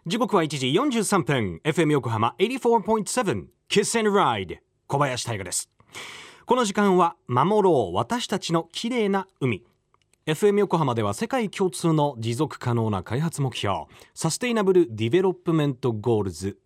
時刻は1時43分 FM 横浜 84.7 Kiss and Ride 小林大賀です。この時間は守ろう私たちの綺麗な海。 FM 横浜では世界共通の持続可能な開発目標サステイナブルディベロップメントゴールズ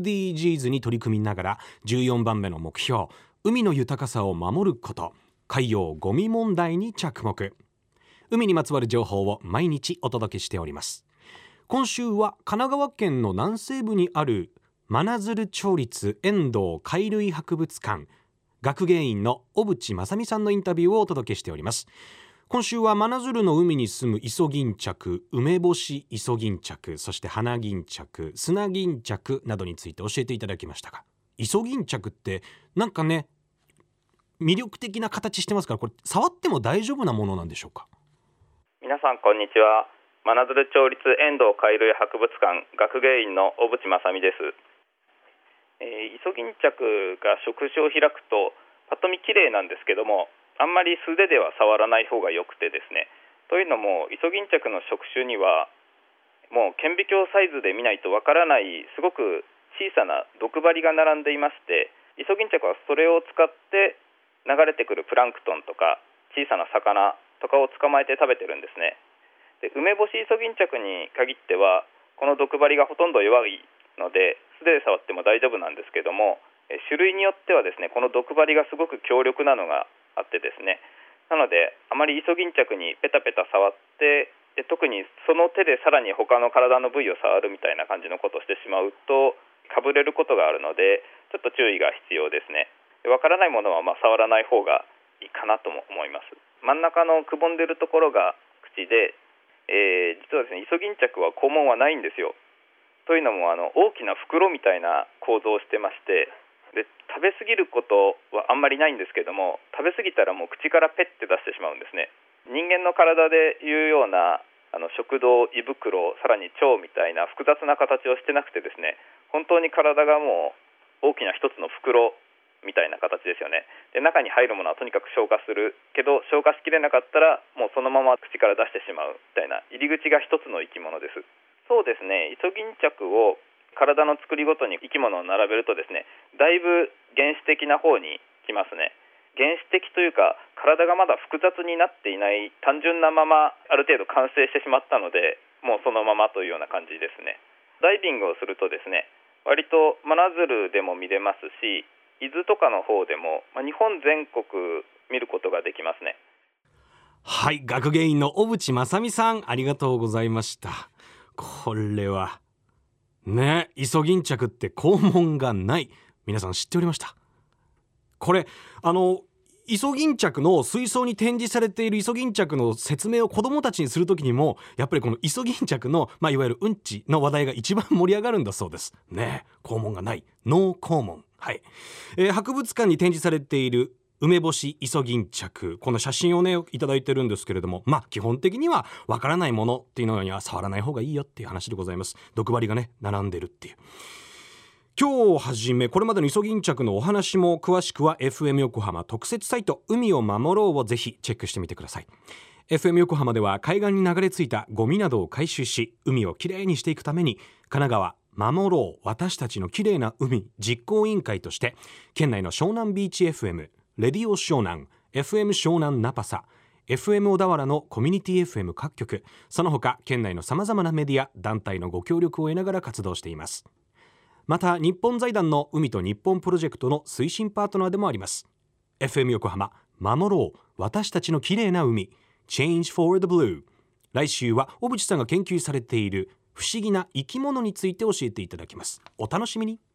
SDGs に取り組みながら14番目の目標海の豊かさを守ること海洋ゴミ問題に着目。海にまつわる情報を毎日お届けしております。今週は神奈川県の南西部にある真鶴町立遠藤貝類博物館学芸員の小渕正美さんのインタビューをお届けしております。今週は真鶴の海に住むイソギンチャク、梅干しイソギンチャク、そして花ギンチャク、砂ギンチャクなどについて教えていただきましたが、イソギンチャクってなんかね魅力的な形してますから、これ触っても大丈夫なものなんでしょうか？ 皆さんこんにちは。真鶴町立遠藤貝類博物館学芸員の小渕正美です。イソギンチャクが触手を開くとパッと見綺麗なんですけども、あんまり素手では触らない方がよくてですね。というのもイソギンチャクの触手にはもう顕微鏡サイズで見ないとわからないすごく小さな毒針が並んでいまして、イソギンチャクはそれを使って流れてくるプランクトンとか小さな魚とかを捕まえて食べてるんですね。で梅干しイソギンチャクに限ってはこの毒針がほとんど弱いので素手で触っても大丈夫なんですけども、種類によってはですねこの毒針がすごく強力なのがあってですね、なのであまりイソギンチャクにペタペタ触って特にその手でさらに他の体の部位を触るみたいな感じのことをしてしまうとかぶれることがあるのでちょっと注意が必要ですね。わからないものは触らない方がいいかなとも思います。真ん中のくぼんでるところが口で、実はですねイソギンチャクは肛門はないんですよ。というのも大きな袋みたいな構造をしてまして、で食べ過ぎることはあんまりないんですけども、食べ過ぎたらもう口からペッて出してしまうんですね。人間の体でいうような食道、胃袋、さらに腸みたいな複雑な形をしてなくてですね、本当に体がもう大きな一つの袋みたいな形ですよね。で中に入るものはとにかく消化するけど消化しきれなかったらもうそのまま口から出してしまうみたいな入り口が一つの生き物です。そうですね、イソギンチャクを体の作りごとに生き物を並べるとですね、だいぶ原始的な方に来ますね。原始的というか体がまだ複雑になっていない単純なままある程度完成してしまったので、もうそのままというような感じですね。ダイビングをするとですね、割と真鶴でも見れますし、伊豆とかの方でも、日本全国見ることができますね。 はい、学芸員の小渕正美さんありがとうございました。これはね、イソギンチャクって肛門がない、皆さん知っておりました？これイソギンチャクの水槽に展示されているイソギンチャクの説明を子どもたちにするときにもやっぱりこのイソギンチャクの、いわゆるうんちの話題が一番盛り上がるんだそうですね。肛門がない、ノー肛門。はい、博物館に展示されている梅干しイソギンチャク、この写真をねいただいてるんですけれども、基本的にはわからないものっていうのには触らない方がいいよっていう話でございます。毒針がね並んでるっていう。今日はじめこれまでのイソギンチャクのお話も詳しくは FM 横浜特設サイト海を守ろうをぜひチェックしてみてください。 FM 横浜では海岸に流れ着いたゴミなどを回収し海をきれいにしていくために神奈川守ろう私たちのきれいな海実行委員会として県内の湘南ビーチ FM、 レディオ湘南、 FM 湘南ナパサ、 FM 小田原のコミュニティ FM 各局、その他県内のさまざまなメディア団体のご協力を得ながら活動しています。また日本財団の海と日本プロジェクトの推進パートナーでもあります。 FM 横浜守ろう私たちのきれいな海 Change for the Blue。 来週は小渕さんが研究されている不思議な生き物について教えていただきます。お楽しみに。